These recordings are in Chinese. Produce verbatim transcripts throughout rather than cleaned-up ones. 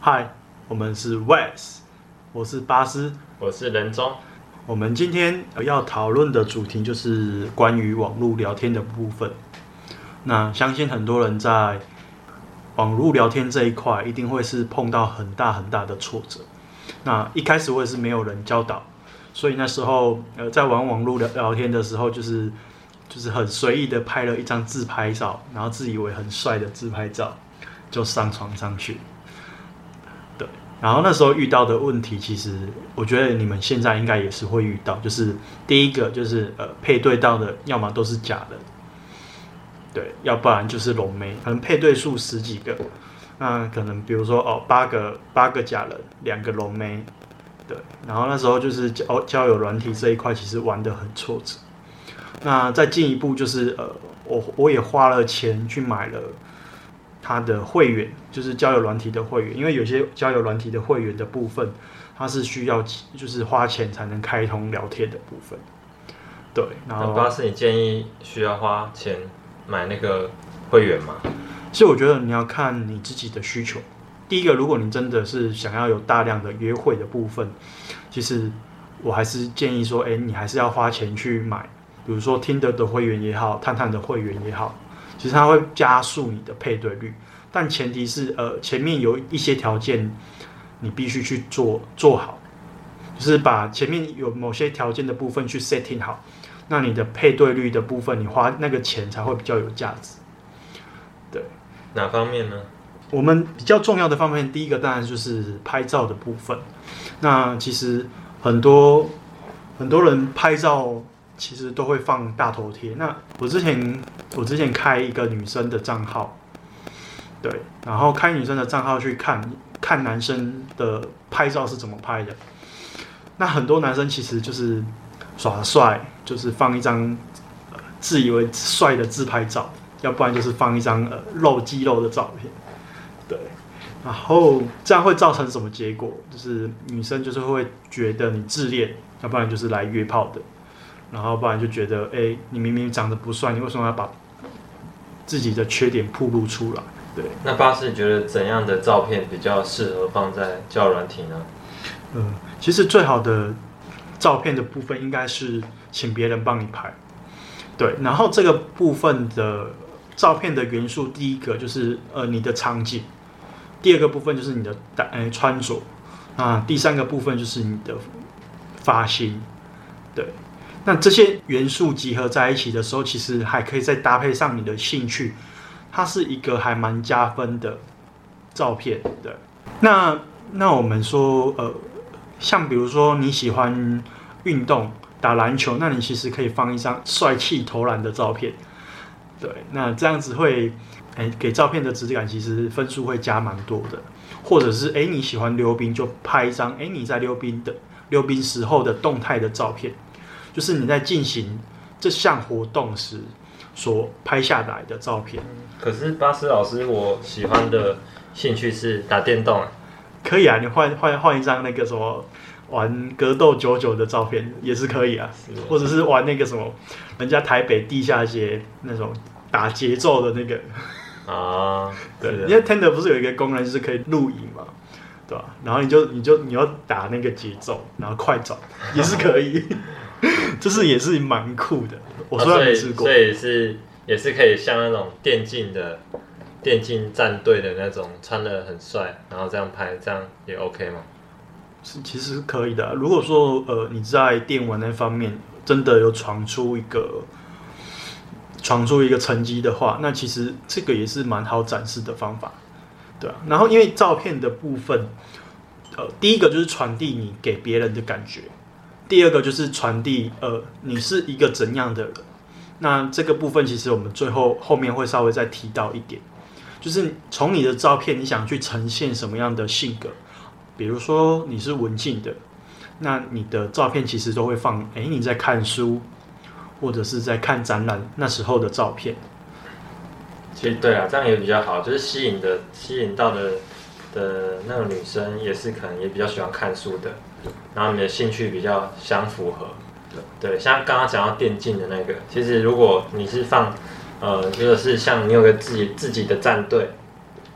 嗨，我们是 Wes， 我是巴斯， 我是仁忠。 我们今天要讨论的主题就是关于网络聊天的部分。那相信很多人在网络聊天这一块，一定会是碰到很大很大的挫折。那一开始我也是没有人教导，所以那时候呃在玩网络聊聊天的时候，就是就是很随意的拍了一张自拍照，然后自以为很帅的自拍照，就上传上去。对，然后那时候遇到的问题，其实我觉得你们现在应该也是会遇到，就是第一个就是呃配对到的，要么都是假的，对，要不然就是龙妹，可能配对数十几个，那可能比如说哦八个八个假人，两个龙妹，对，然后那时候就是交交友软体这一块，其实玩得很挫折。那再进一步就是呃我我也花了钱去买了他的会员，就是交友软体的会员，因为有些交友软体的会员的部分，它是需要就是花钱才能开通聊天的部分。对，然后巴斯，你建议需要花钱买那个会员吗？ 其实我觉得你要看你自己的需求。第一个，如果你真的是想要有大量的约会的部分，其实我还是建议说，哎，你还是要花钱去买，比如说 Tinder 的会员也好，探探的会员也好。其实它会加速你的配对率，但前提是呃前面有一些条件你必须去做做好，就是把前面有某些条件的部分去 setting 好，那你的配对率的部分，你花那个钱才会比较有价值。对， 哪方面呢？ 我们比较重要的方面，第一个当然就是拍照的部分。那其实很多很多人拍照其实都会放大头贴。那我之前我之前开一个女生的账号，对，然后开女生的账号去看看男生的拍照是怎么拍的。那很多男生其实就是耍帅，就是放一张、呃、自以为帅的自拍照，要不然就是放一张呃露肌肉的照片，对。然后这样会造成什么结果？就是女生就是会觉得你自恋，要不然就是来约炮的。然后不然就觉得，哎、欸，你明明长得不帅，你为什么要把自己的缺点暴露出来？对。 那巴斯觉得怎样的照片比较适合放在交友软体呢？ 嗯，其实最好的照片的部分应该是请别人帮你拍。对，然后这个部分的照片的元素，第一个就是呃你的场景，第二个部分就是你的呃穿着，啊，第三个部分就是你的发型，对。那这些元素集合在一起的时候，其实还可以再搭配上你的兴趣，它是一个还蛮加分的照片。对，那那我们说，呃，像比如说你喜欢运动，打篮球，那你其实可以放一张帅气投篮的照片。对，那这样子会，哎，给照片的质感其实分数会加蛮多的。或者是哎你喜欢溜冰，就拍一张哎你在溜冰的溜冰时候的动态的照片。就是你在进行这项活动时所拍下来的照片。 可是巴斯老师，我喜欢的兴趣是打电动。 可以啊，你换换换一张那个什么玩格斗九九的照片也是可以啊，或者是玩那个什么人家台北地下街那种打节奏的那个啊， 对，因为 Tinder 不是有一个功能就是可以录影嘛，对吧？然后你就你就你要打那个节奏，然后快转也是可以。就是也是蛮酷的，我虽然没试过， 啊、所以所以是也是可以像那种电竞的电竞战队的那种，穿得很帅，然后这样拍，这样也 OK 吗？ 是其实可以的、啊。如果说呃你在电玩那方面真的有闯出一个闯出一个成绩的话，那其实这个也是蛮好展示的方法，对啊。然后因为照片的部分，呃，第一个就是传递你给别人的感觉。第二个就是传递，呃，你是一个怎样的人。那这个部分其实我们最后后面会稍微再提到一点，就是从你的照片，你想去呈现什么样的性格。比如说你是文静的，那你的照片其实都会放，哎，你在看书，或者是在看展览那时候的照片。 其实对啊，这样也比较好，就是吸引的吸引到的的那个女生也是可能也比较喜欢看书的。然后你的兴趣比较相符合，对，像刚刚讲到电竞的那个，其实如果你是放，呃，就是像你有个自己自己的战队，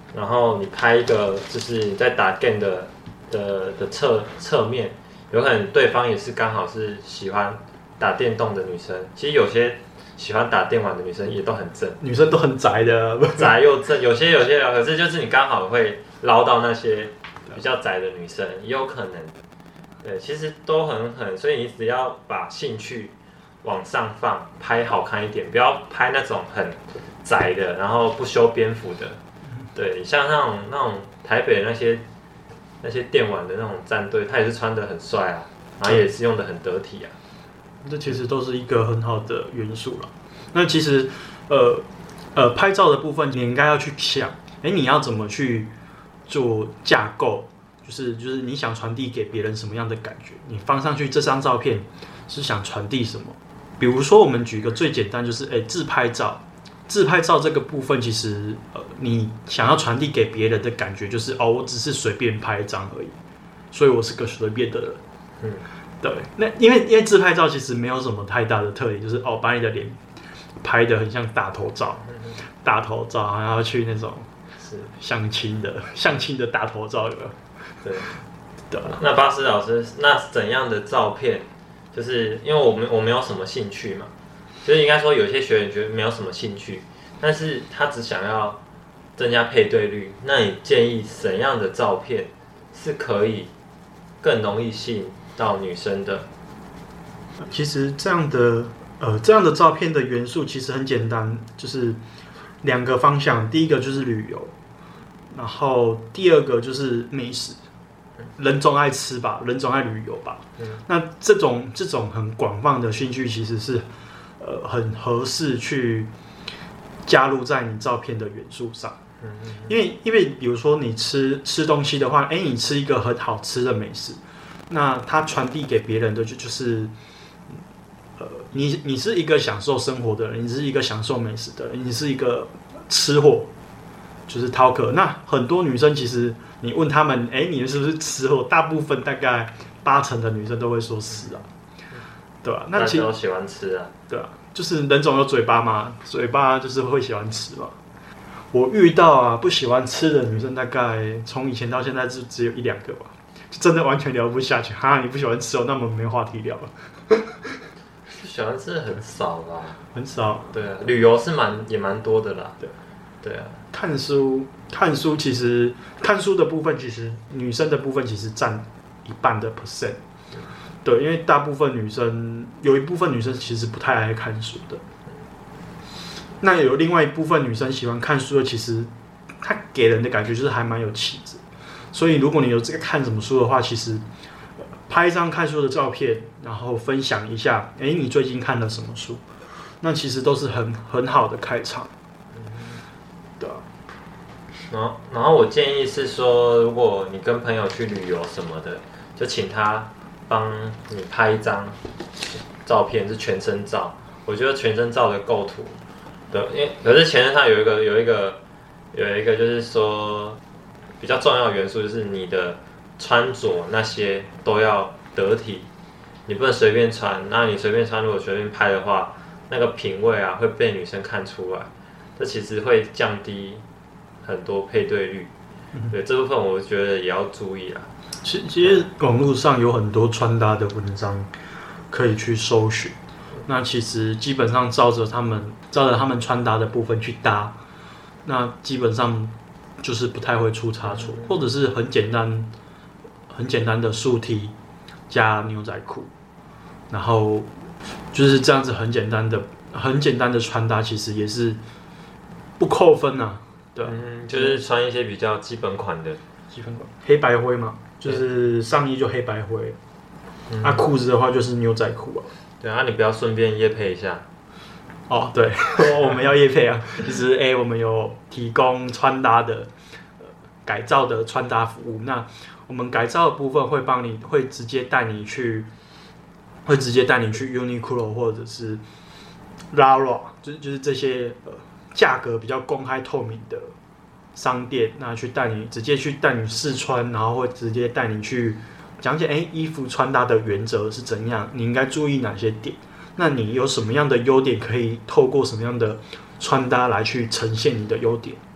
然后你拍一个就是你在打 game 的的的侧侧面，有可能对方也是刚好是喜欢打电动的女生。其实有些喜欢打电玩的女生也都很正， 女生都很宅的， 宅又正，有些有些可是就是你刚好会捞到那些比较宅的女生，也有可能。对，其实都很狠，所以你只要把兴趣往上放，拍好看一点，不要拍那种很宅的，然后不修边幅的。对，像那种那种台北那些那些电玩的那种战队，他也是穿得很帅啊，然后也是用得很得体啊。 这其实都是一个很好的元素了。那其实，呃呃，拍照的部分，你应该要去想，哎，你要怎么去做架构？就是就是你想传递给别人什么样的感觉？你放上去这张照片是想传递什么？比如说，我们举一个最简单，就是哎，自拍照。自拍照这个部分，其实呃，你想要传递给别人的感觉，就是哦，我只是随便拍一张而已，所以我是个随便的人。嗯。对，那因为因为自拍照其实没有什么太大的特点，就是哦，把你的脸拍得很像大头照，大头照，然后去那种相亲的相亲的大头照有没有？ 对，对。那巴斯老师，那怎样的照片？就是因为我们我没有什么兴趣嘛，就是应该说有些学员觉得没有什么兴趣，但是他只想要增加配对率，那你建议怎样的照片是可以更容易吸引到女生的？ 其实这样的呃这样的照片的元素其实很简单，就是两个方向，第一个就是旅游，然后第二个就是美食。人总爱吃吧，人总爱旅游吧。嗯、那这种这种很广泛的兴趣，其实是呃很合适去加入在你照片的元素上。嗯、因为因为比如说你吃吃东西的话，哎，你吃一个很好吃的美食。那它传递给别人的就就是，呃，你你是一个享受生活的人，你是一个享受美食的人，你是一个吃货，就是 talker。那很多女生其实你问他们，哎，你是不是吃货？大部分大概八成的女生都会说是啊，对吧、啊？ 那其实都喜欢吃啊， 对啊，就是人总有嘴巴嘛，嘴巴就是会喜欢吃嘛。我遇到啊不喜欢吃的女生，大概从以前到现在就只有一两个吧。真的完全聊不下去哈！你不喜欢吃哦，那我们没话题聊了。 喜欢吃的很少啦， 很少。 对啊，旅游是蛮也蛮多的啦。对，对啊。 看书，看书其实看书的部分，其实女生的部分其实占一半的 percent。对，因为大部分女生有一部分女生其实不太爱看书的。那有另外一部分女生喜欢看书的，其实她给人的感觉就是还蛮有气质。所以，如果你有这个看什么书的话，其实拍一张看书的照片，然后分享一下，哎，你最近看了什么书？那其实都是很很好的开场。对啊。 然后，然后我建议是说，如果你跟朋友去旅游什么的，就请他帮你拍一张照片，是全身照。我觉得全身照的构图的，因为可是全身上有一个有一个有一个就是说。比较重要的元素就是你的穿着那些都要得体，你不能随便穿。那你随便穿，如果随便拍的话，那个品味啊会被女生看出来，这其实会降低很多配对率。对，这部分我觉得也要注意啦。 其其实网络上有很多穿搭的文章可以去搜寻，那其实基本上照着他们照着他们穿搭的部分去搭，那基本上。就是不太会出差错，或者是很简单、很简单的素 T 加牛仔裤，然后就是这样子很简单的、很简单的穿搭，其实也是不扣分啊。对， 嗯，就是穿一些比较基本款的， 基本款黑白灰嘛，就是上衣就黑白灰，嗯、啊裤子的话就是牛仔裤啊。 对啊，你不要顺便业配一下。 哦，对，我们要业配啊。其实，哎、欸，我们有提供穿搭的、呃、改造的穿搭服务。那我们改造的部分会帮你，会直接带你去，会直接带你去 Uniqlo 或者是 Zara， 就就是这些呃价格比较公开透明的商店，那去带你直接去带你试穿，然后会直接带你去讲解，哎、欸，衣服穿搭的原则是怎样，你应该注意哪些点。那你有什么样的优点可以透过什么样的穿搭来去呈现你的优点？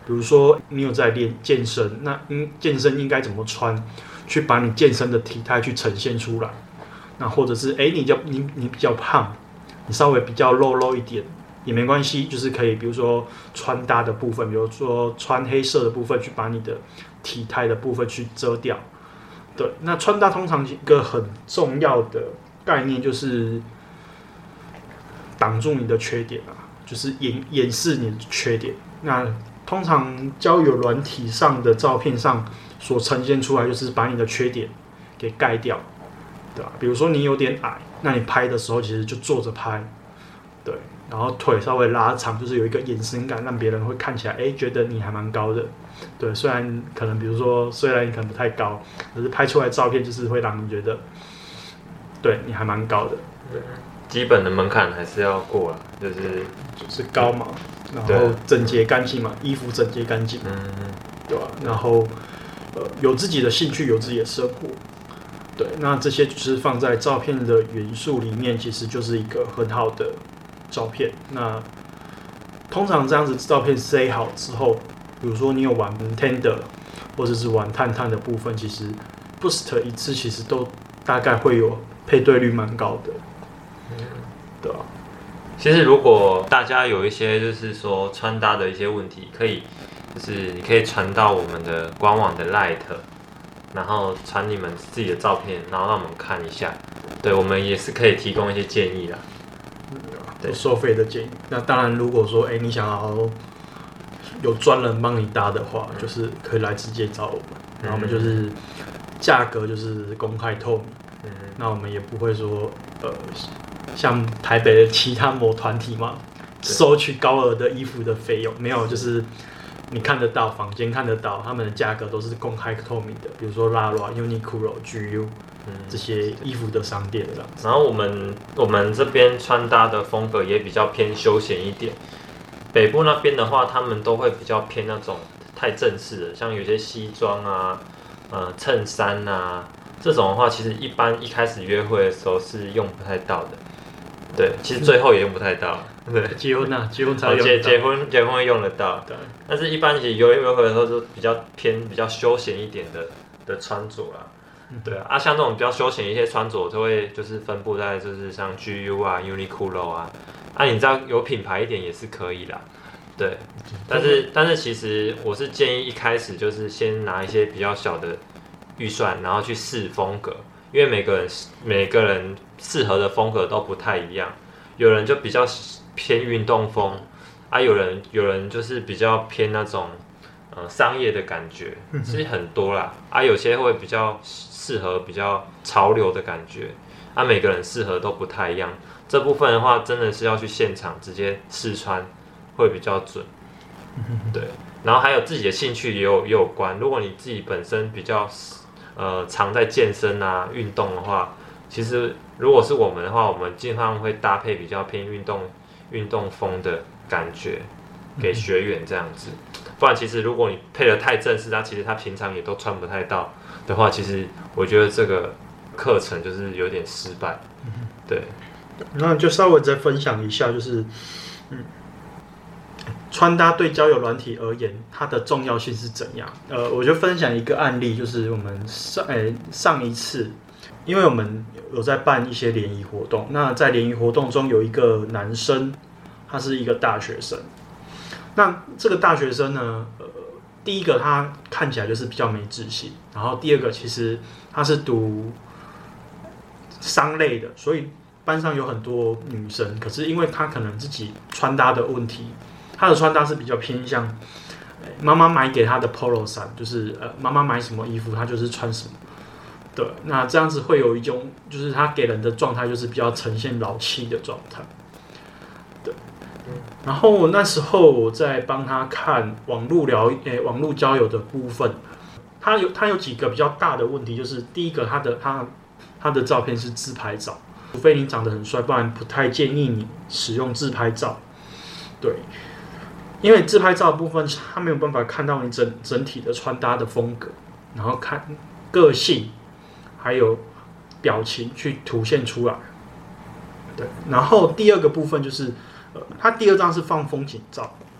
比如说你有在练健身，那嗯健身应该怎么穿，去把你健身的体态去呈现出来。那或者是哎你就你你比较胖，你稍微比较露露一点也没关系，就是可以比如说穿搭的部分，比如说穿黑色的部分去把你的体态的部分去遮掉。对，那穿搭通常一个很重要的概念就是挡住你的缺点啊，就是掩掩饰你的缺点。那通常交友软体上的照片上所呈现出来，就是把你的缺点给盖掉，对吧？比如说你有点矮，那你拍的时候其实就坐着拍，对，然后腿稍微拉长，就是有一个眼神感，让别人会看起来，哎，觉得你还蛮高的。对，虽然可能比如说，虽然你可能不太高，可是拍出来的照片就是会让你觉得，对你还蛮高的。对， 基本的门槛还是要过了，就是就是高嘛，然后整洁干净嘛，衣服整洁干净，嗯，对吧？然后呃，有自己的兴趣，有自己的生活，对，那这些就是放在照片的元素里面，其实就是一个很好的照片。那通常这样子照片塞好之后，比如说你有玩 Tinder 或者是玩探探的部分，其实 Boost 一次其实都大概会有配对率蛮高的，嗯，对吧？ 其实如果大家有一些就是说穿搭的一些问题，可以就是你可以传到我们的官网的 Light， 然后传你们自己的照片，然后让我们看一下，对我们也是可以提供一些建议啦。 对，收费的建议。那当然，如果说哎、欸、你想要有专人帮你搭的话，就是可以来直接找我们，然后我们就是价格就是公开透明，嗯，那我们也不会说呃像台北的其他某团体嘛，收取高额的衣服的费用，没有，就是你看得到，坊间看得到，他们的价格都是公开透明的，比如说 Lara、Uniqlo、G U。这些衣服的商店这样子。 然后我们我们这边穿搭的风格也比较偏休闲一点。北部那边的话，他们都会比较偏那种太正式的，像有些西装啊、呃衬衫啊这种的话，其实一般一开始约会的时候是用不太到的。对，其实最后也用不太到。对， 结婚啊，结婚才用得到。结结婚结婚会用得到。对。但是一般其实约约会的时候就比较偏比较休闲一点的的穿着啦。对啊，啊像这种比较休闲一些穿着，就会就是分布在就是像 G U 啊、Uniqlo 啊，啊你知道有品牌一点也是可以啦，对。但是但是其实我是建议一开始就是先拿一些比较小的预算，然后去试风格，因为每个人每个人适合的风格都不太一样，有人就比较偏运动风，啊有人有人就是比较偏那种呃商业的感觉，其实很多啦，啊有些会比较适合比较潮流的感觉，啊，每个人适合都不太一样。这部分的话，真的是要去现场直接试穿，会比较准。对，然后还有自己的兴趣也有也有关。如果你自己本身比较呃常在健身啊运动的话，其实如果是我们的话，我们经常会搭配比较偏运动运动风的感觉给学员这样子。不然其实如果你配得太正式，他其实他平常也都穿不太到的话，其实我觉得这个课程就是有点失败。对， 那就稍微再分享一下，就是嗯，穿搭对交友软体而言，它的重要性是怎样？呃，我就分享一个案例，就是我们上诶、欸、上一次，因为我们有在办一些联谊活动，那在联谊活动中有一个男生，他是一个大学生。那这个大学生呢，呃，第一个他看起来就是比较没自信，然后第二个其实他是读商类的，所以班上有很多女生，可是因为他可能自己穿搭的问题，他的穿搭是比较偏向妈妈买给他的 polo 衫，就是呃妈妈买什么衣服他就是穿什么。对，那这样子会有一种，就是他给人的状态就是比较呈现老气的状态。对。然后那时候我在帮他看网络聊诶、欸、网络交友的部分，他有他有几个比较大的问题，就是第一个他的他他的照片是自拍照，除非你长得很帅，不然不太建议你使用自拍照。对，因为自拍照的部分他没有办法看到你整整体的穿搭的风格，然后看个性还有表情去凸现出来。对，然后第二个部分就是。呃，他第二张是放风景照，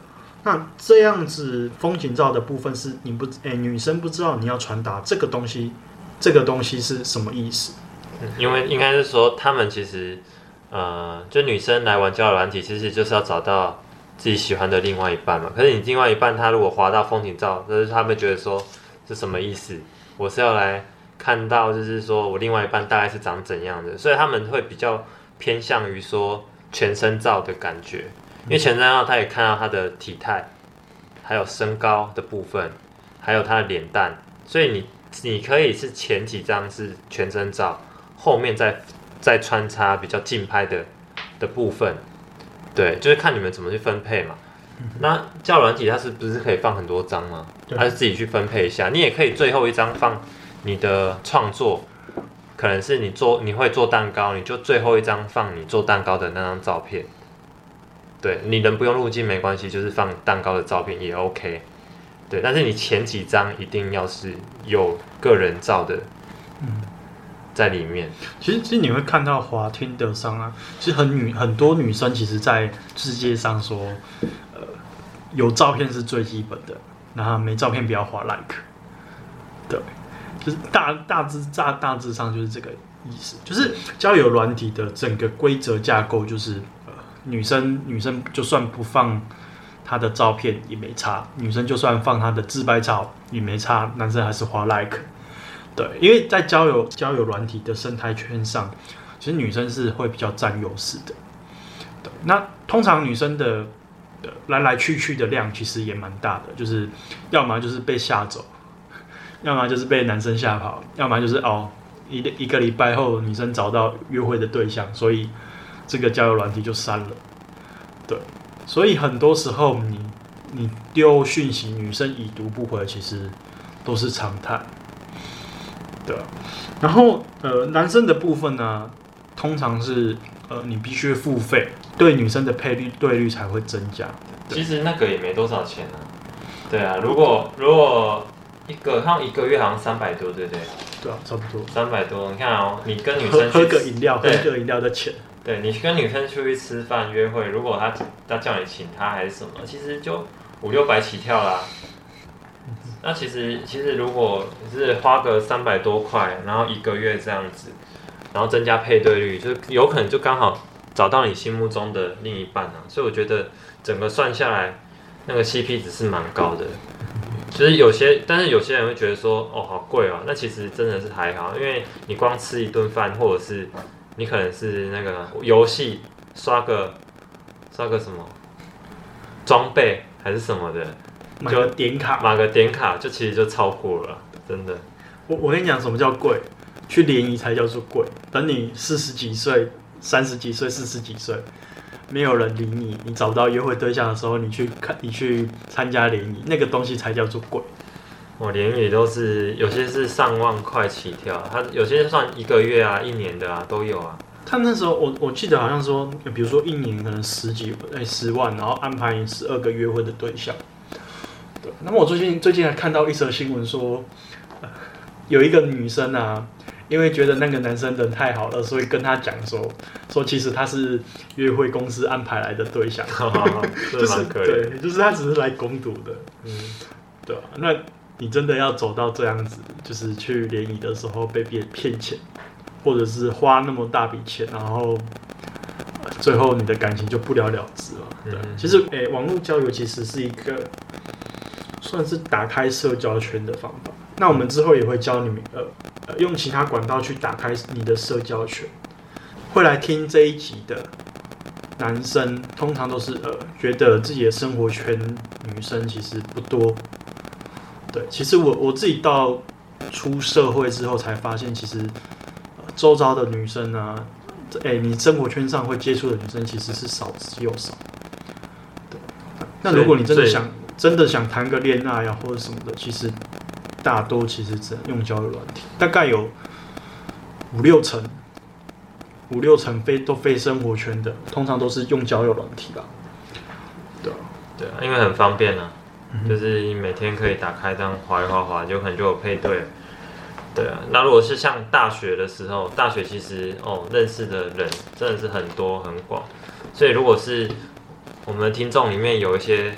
那这样子风景照的部分是你不哎、欸、女生不知道你要传达这个东西，这个东西是什么意思？ 嗯、因为应该是说他们其实呃，就女生来玩交友软体，其实就是要找到自己喜欢的另外一半嘛。可是你另外一半他如果滑到风景照，就是他们觉得说这什么意思？我是要来看到就是说我另外一半大概是长怎样的，所以他们会比较偏向于说全身照的感觉。因为全身照，他也看到他的体态，还有身高的部分，还有他的脸蛋，所以你你可以是前几张是全身照，后面再再穿插比较近拍的的部分，对，就是看你们怎么去分配嘛。那交友软体它是不是可以放很多张吗？还是自己去分配一下？你也可以最后一张放你的创作，可能是你做你会做蛋糕，你就最后一张放你做蛋糕的那张照片。对，你人不用入镜没关系，就是放蛋糕的照片也 OK。对，但是你前几张一定要是有个人照的，在里面。 其实，其实你会看到滑Tinder上啊，其实很女很多女生其实，在世界上说，呃，有照片是最基本的，然后没照片不要滑 like。对，就是大大致大大致上就是这个意思，就是交友软体的整个规则架构就是。女生女生就算不放她的照片也没差，女生就算放她的自拍照也没差，男生还是滑 like。对，因为在交友交友软体的生态圈上，其实女生是会比较占优势的。对，那通常女生的来来去去的量其实也蛮大的，就是要么就是被吓走，要么就是被男生吓跑，要么就是哦一一个礼拜后女生找到约会的对象，所以。这个交友软体就删了，对，所以很多时候你你丢讯息，女生已读不回，其实都是常态，对。然后呃，男生的部分呢，通常是呃你必须付费，对女生的配率对率才会增加。 其实那个也没多少钱啊，对啊，如果如果一个好像一个月好像三百多，对不对？ 对啊，差不多三百多。你看哦，你跟女生喝喝个饮料，喝个饮料的钱。 对，你跟女生出去吃饭约会，如果她她叫你请她还是什么，其实就五六百起跳啦。那其实其实如果是花个三百多块，然后一个月这样子，然后增加配对率，就有可能就刚好找到你心目中的另一半啊。所以我觉得整个算下来，那个 C P 值是蛮高的。就是有些，但是有些人会觉得说，哦，好贵哦。那其实真的是还好，因为你光吃一顿饭，或者是你可能是那个游戏刷个刷个什么装备还是什么的， 买个点卡， 买个点卡就其实就超过了，真的。 我我跟你讲，什么叫贵？去联谊才叫做贵。等你四十几岁、三十几岁、四十几岁，没有人理你，你找不到约会对象的时候，你去看，你去参加联谊，那个东西才叫做贵。 我联谊都是有些是上万块起跳，它有些算一个月啊、一年的啊都有啊。 他那时候我我记得好像说，比如说一年可能十几哎十万，然后安排你十二个约会的对象。对，那么我最近最近还看到一则新闻说，呃、有一个女生啊，因为觉得那个男生人太好了，所以跟他讲说，说其实他是约会公司安排来的对象，就是对，就是他只是来攻读的，嗯，对吧、啊？那你真的要走到这样子，就是去联谊的时候被别人骗钱，或者是花那么大笔钱，然后最后你的感情就不了了之了。对，嗯、其实诶、欸，网络交友其实是一个算是打开社交圈的方法。那我们之后也会教你们，呃，呃用其他管道去打开你的社交圈。会来听这一集的男生，通常都是呃觉得自己的生活圈女生其实不多。对，其实我我自己到出社会之后才发现，其实、呃、周遭的女生啊，哎、欸，你生活圈上会接触的女生其实是少之又少。对，那如果你真的想真的想谈个恋爱啊或者什么的，其实大多其实只能用交友软体，大概有五六成，五六成非都非生活圈的，通常都是用交友软体啦。对啊， 对啊，因为很方便啊。就是你每天可以打开这样滑一滑滑，就可能就有配对。对啊，那如果是像大学的时候，大学其实哦认识的人真的是很多很广，所以如果是我们的听众里面有一些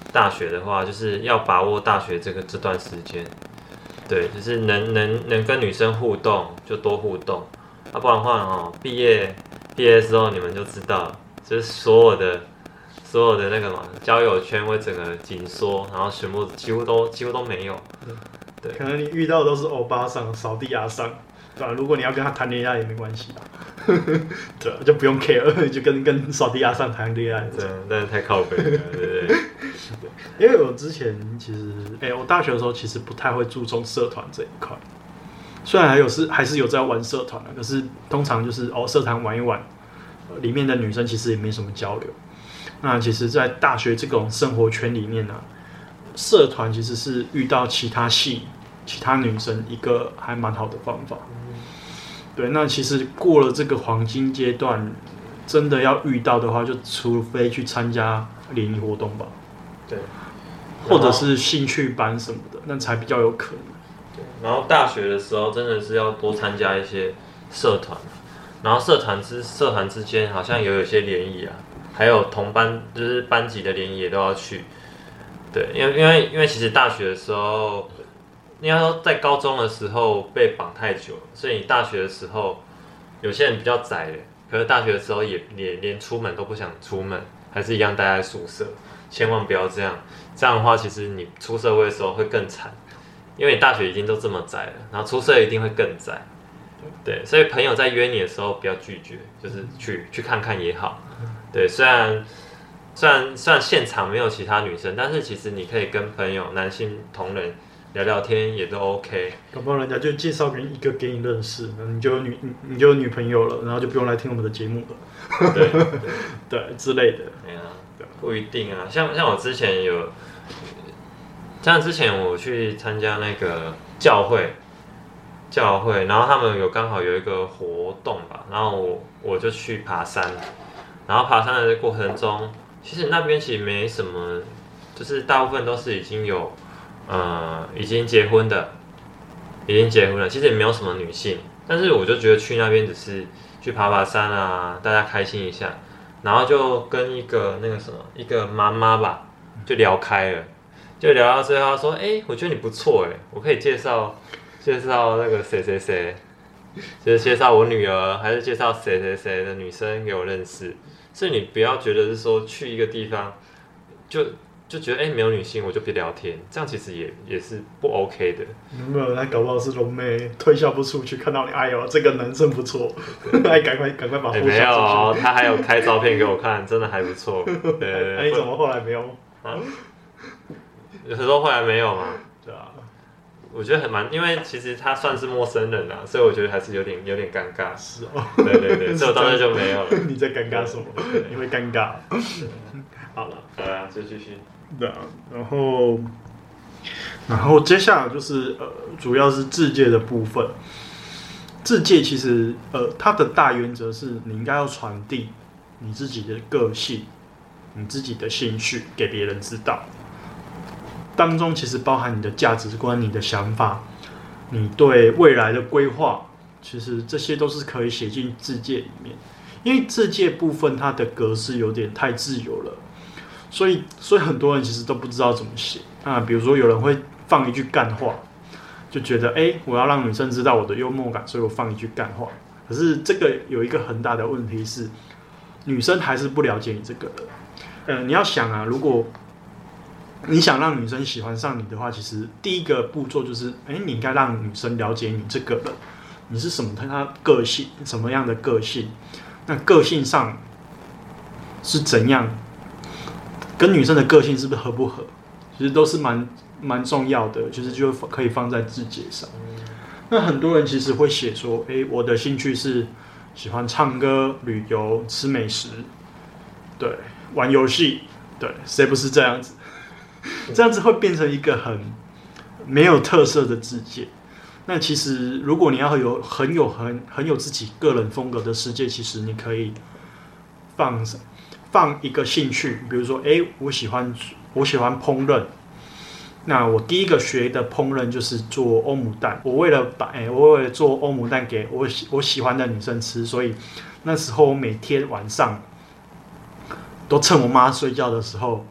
大学的话，就是要把握大学这个这段时间，对，就是能能能跟女生互动就多互动，啊，不然的话哦，毕业毕业之后你们就知道，就是所有的所有的那个嘛交友圈会整个紧缩，然后全部几乎都几乎都没有，对， 可能你遇到的都是欧巴桑、扫地阿桑，对吧？如果你要跟他谈恋爱也没关系，对，就不用 care， 就跟跟扫地阿桑谈恋爱， 对，但是太靠北了，对不对？ 因为我之前其实，哎、欸，我大学的时候其实不太会注重社团这一块，虽然还有是还是有在玩社团的，可是通常就是哦社团玩一玩，里面的女生其实也没什么交流。那其实，在大学这种生活圈里面呢、啊，社团其实是遇到其他系、其他女生一个还蛮好的方法。对，那其实过了这个黄金阶段，真的要遇到的话，就除非去参加联谊活动吧。 对， 或者是兴趣班什么的，那才比较有可能。 对，然后大学的时候真的是要多参加一些社团，然后社团之社团之间好像也有一些联谊啊，还有同班就是班级的联谊也都要去。对，因为因为因为其实大学的时候，应该说在高中的时候被绑太久了，所以你大学的时候有些人比较宅的，可是大学的时候也也连出门都不想出门，还是一样待在宿舍。千万不要这样，这样的话，其实你出社会的时候会更惨，因为你大学已经都这么宅了，然后出社会一定会更宅。对，所以朋友在约你的时候不要拒绝，就是去去看看也好。对，虽然虽然虽然现场没有其他女生，但是其实你可以跟朋友、男性同仁聊聊天也都 OK。 搞不好人家就介绍给你一个给你认识，你就有女你就有女朋友了，然后就不用来听我们的节目了。 对对对之类的。 对啊。不一定啊，像像我之前有，像之前我去参加那个教会，教会，然后他们有刚好有一个活动吧，然后我我就去爬山，然后爬山的过程中，其实那边其实没什么，就是大部分都是已经有，呃，已经结婚的，已经结婚了，其实也没有什么女性，但是我就觉得去那边只是去爬爬山啊，大家开心一下。然后就跟一个那个什么一个妈妈吧，就聊开了，就聊到最后，她说：“哎、欸，我觉得你不错哎，我可以介绍介绍那个谁谁谁，就是介绍我女儿，还是介绍谁谁谁的女生给我认识。所以你不要觉得是说去一个地方就就觉得哎、欸、没有女性我就别聊天，这样其实也也是不 OK 的。 没有，他搞不好是龙妹推销不出去，看到你，哎呦，这个男生不错，哎，赶快赶快把货销出去。 没有哦，他还有开照片给我看，真的还不错。对， 那你怎么后来没有？ 啊？有时候后来没有嘛？ 对啊， 我觉得很蛮，因为其实他算是陌生人啊，所以我觉得还是有点有点尴尬。 是哦。 对对对，所以我当时就没有了。 你在尴尬什么？你会尴尬。好了， 好啊，就继续。 对啊，然后，然后接下来就是呃，主要是自介的部分。自介其实呃，它的大原则是你应该要传递你自己的个性、你自己的兴趣给别人知道。当中其实包含你的价值观、你的想法、你对未来的规划，其实这些都是可以写进自介里面。因为自介部分它的格式有点太自由了。所以，所以很多人其实都不知道怎么写啊。比如说，有人会放一句干话，就觉得，哎、欸，我要让女生知道我的幽默感，所以我放一句干话。可是这个有一个很大的问题是，女生还是不了解你这个人。呃，你要想啊，如果你想让女生喜欢上你的话，其实第一个步骤就是，哎、欸，你应该让女生了解你这个人，你是什么她个性，什么样的个性，那个性上是怎样。跟女生的个性是不是合不合，其实都是蛮蛮重要的，就是就可以放在自介上。那很多人其实会写说，哎、欸，我的兴趣是喜欢唱歌、旅游、吃美食，对，玩游戏，对，谁不是这样子？这样子会变成一个很没有特色的自介。那其实如果你要有很有很很有自己个人风格的世界，其实你可以放放一个兴趣，比如说，哎，我喜欢我喜欢烹饪。那我第一个学的烹饪就是做欧姆蛋。我为了把，哎，我为了做欧姆蛋给我喜我喜欢的女生吃，所以那时候我每天晚上都趁我妈睡觉的时候，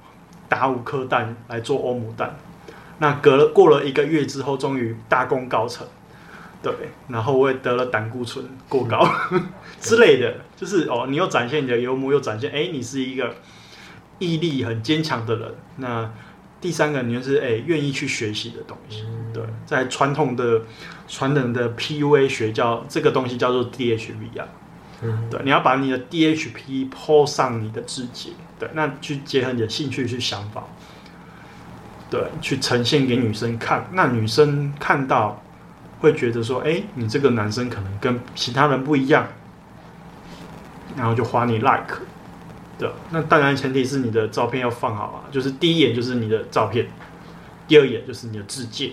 打五颗蛋来做欧姆蛋。那隔了过了一个月之后，终于大功告成，对，然后我也得了胆固醇过高之类的，就是哦，你又展现你的幽默，又展现哎，你是一个毅力很坚强的人。那第三个，你就是哎愿意去学习的东西，对，在传统的传统的 P U A 学叫这个东西叫做 D H V 啊，嗯，对，你要把你的 D H P po 上你的字节，对，那去结合你的兴趣去想法，对，去呈现给女生看，那女生看到会觉得说，哎，你这个男生可能跟其他人不一样，然后就划你 like。对，那当然前提是你的照片要放好啊，就是第一眼就是你的照片，第二眼就是你的字界，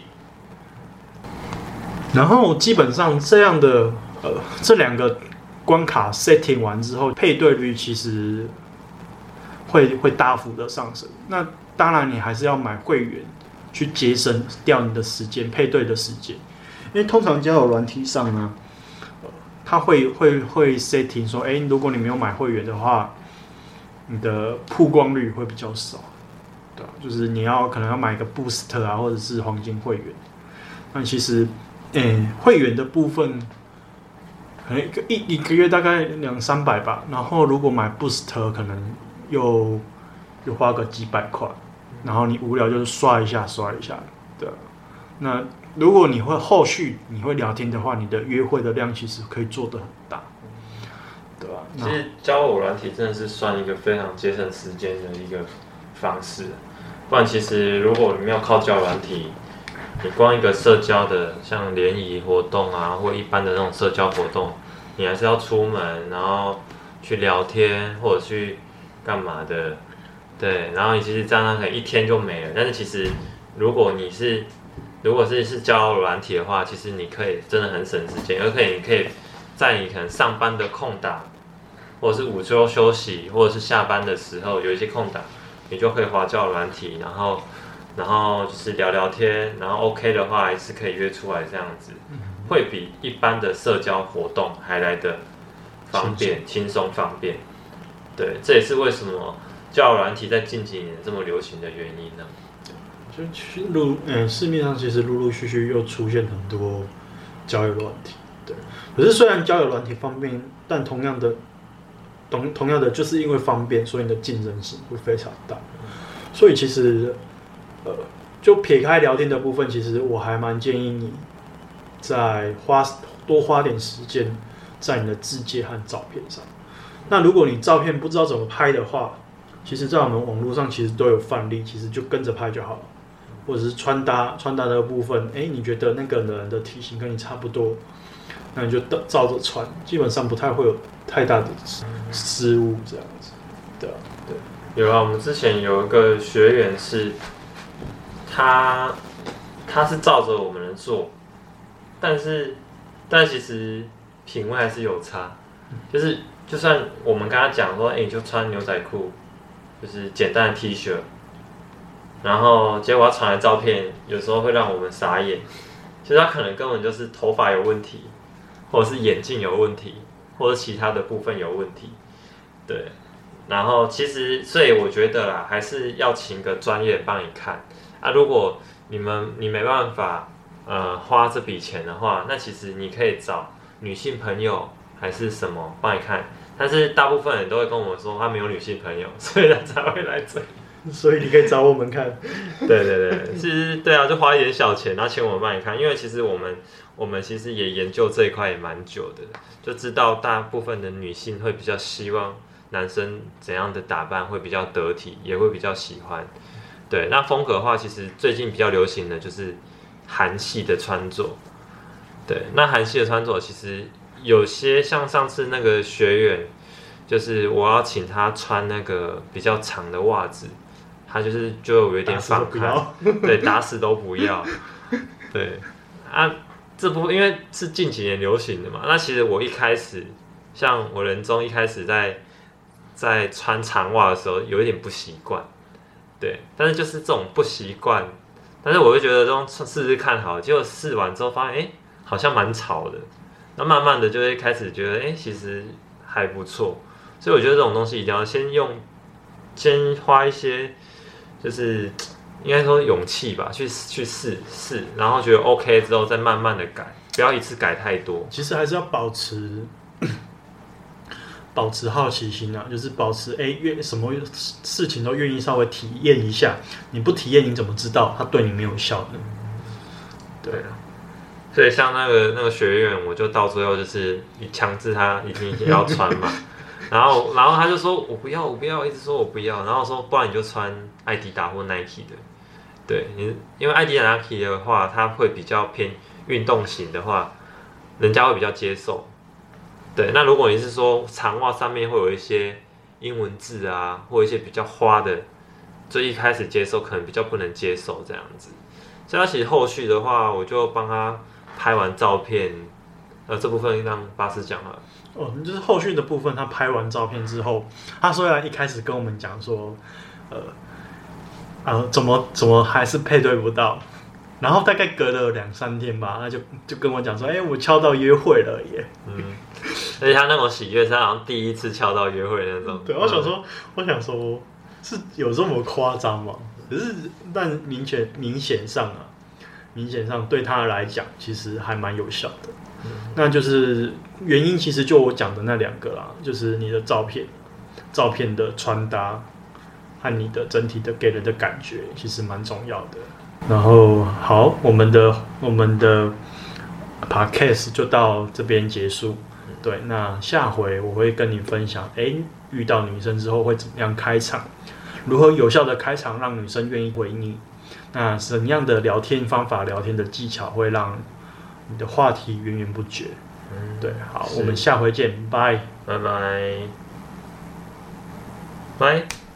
然后基本上这样的呃这两个关卡 setting 完之后，配对率其实会会大幅的上升。那当然你还是要买会员去节省掉你的时间，配对的时间，因为通常交友软体上呢，呃、它会会会 setting 说，哎，如果你没有买会员的话，你的曝光率会比较少，对，就是你要可能要买一个 boost 啊，或者是黄金会员。那其实，诶，会员的部分，可能一个一一个月大概两三百吧。然后如果买 boost， 可能又又花个几百块。然后你无聊就是刷一下刷一下，对。那如果你会后续你会聊天的话，你的约会的量其实可以做得很大。对吧？ 其实交友软体真的是算一个非常节省时间的一个方式，不然其实如果你没有靠交友软体，你光一个社交的像联谊活动啊，或一般的那种社交活动，你还是要出门，然后去聊天或者去干嘛的，对，然后你其实这样可能一天就没了。但是其实如果你是如果是是交友软体的话，其实你可以真的很省时间，而且你可以在你可能上班的空档，或者是午休休息，或者是下班的时候有一些空档，你就可以滑交友软体，然后然后就是聊聊天，然后 OK 的话还是可以约出来这样子，会比一般的社交活动还来得方便、轻松方便。对，这也是为什么交友软体在近几年这么流行的原因呢？ 就陆嗯，市面上其实陆陆续续又出现很多交友软体，对。可是虽然交友软体方便，但同样的，同同样的，就是因为方便，所以你的竞争性会非常大。所以其实，呃，就撇开聊天的部分，其实我还蛮建议你，在花多花点时间在你的字界和照片上。那如果你照片不知道怎么拍的话，其实在我们网络上其实都有范例，其实就跟着拍就好了。或者是穿搭，穿搭的部分，哎，你觉得那个人的体型跟你差不多，那你就照着穿，基本上不太会有太大的失误，这样子，对啊，对。 有啊，我们之前有一个学员是，他他是照着我们的做，但是但其实品味还是有差，就是就算我们跟他讲说，哎，你就穿牛仔裤，就是简单的 T 恤。然后结果他传来照片，有时候会让我们傻眼。其实他可能根本就是头发有问题，或者是眼镜有问题，或者其他的部分有问题。对，然后其实所以我觉得啦，还是要请个专业帮你看啊。如果你们你没办法呃花这笔钱的话，那其实你可以找女性朋友还是什么帮你看。但是大部分人都会跟我们说他没有女性朋友，所以他才会来这里。 所以你可以找我们看。 对对对，其实对啊，就花一点小钱，然后请我们帮你看，因为其实我们我们其实也研究这一块也蛮久的，就知道大部分的女性会比较希望男生怎样的打扮会比较得体，也会比较喜欢。对，那风格的话，其实最近比较流行的就是韩系的穿着。对，那韩系的穿着其实有些像上次那个学员，就是我要请他穿那个比较长的袜子。他就是就有点反抗，对，打死都不要，对啊，这部因为是近几年流行的嘛。那其实我一开始，像我人中一开始在在穿长袜的时候，有一点不习惯，对，但是就是这种不习惯，但是我会觉得这种试试看好，结果试完之后发现，哎、欸，好像蛮潮的，那慢慢的就会开始觉得，哎、欸，其实还不错，所以我觉得这种东西一定要先用，先花一些。 就是应该说勇气吧，去去试试，然后觉得 OK 之后再慢慢的改，不要一次改太多。 其实还是要保持保持好奇心啊，就是保持哎，愿什么事情都愿意稍微体验一下。你不体验，你怎么知道它对你没有效呢？对啊。 所以像那个那个学院，我就到最后就是强制他一定要穿嘛，然后然后他就说我不要我不要，一直说我不要，然后说不然你就穿艾迪达或 Nike 的，对你因为艾迪达 Nike 的话，它会比较偏运动型的话，人家会比较接受。对，那如果你是说长袜上面会有一些英文字啊，或一些比较花的，就一开始接受可能比较不能接受这样子。所以他其实后续的话，我就帮他拍完照片，呃，这部分让巴斯讲了。 哦，就是后续的部分，他拍完照片之后，他虽然一开始跟我们讲说，呃，啊，怎么怎么还是配对不到，然后大概隔了两三天吧，他就就跟我讲说，哎、欸，我敲到约会了耶。 嗯，而且他那种喜悦是他好像第一次敲到约会的那种。 对，我想说，嗯、我想说，是有这么夸张吗？可是，但明显明显上啊，明显上对他来讲，其实还蛮有效的。嗯、那就是原因，其实就我讲的那两个啦，就是你的照片、照片的穿搭和你的整体的给人的感觉，其实蛮重要的。然后，好，我们的我们的 podcast 就到这边结束。对，那下回我会跟你分享，哎，遇到女生之后会怎么样开场。如何有效的开场让女生愿意回你？那怎样的聊天方法、聊天的技巧会让你的话题源源不绝？嗯，对，好，我们下回见，拜拜拜拜。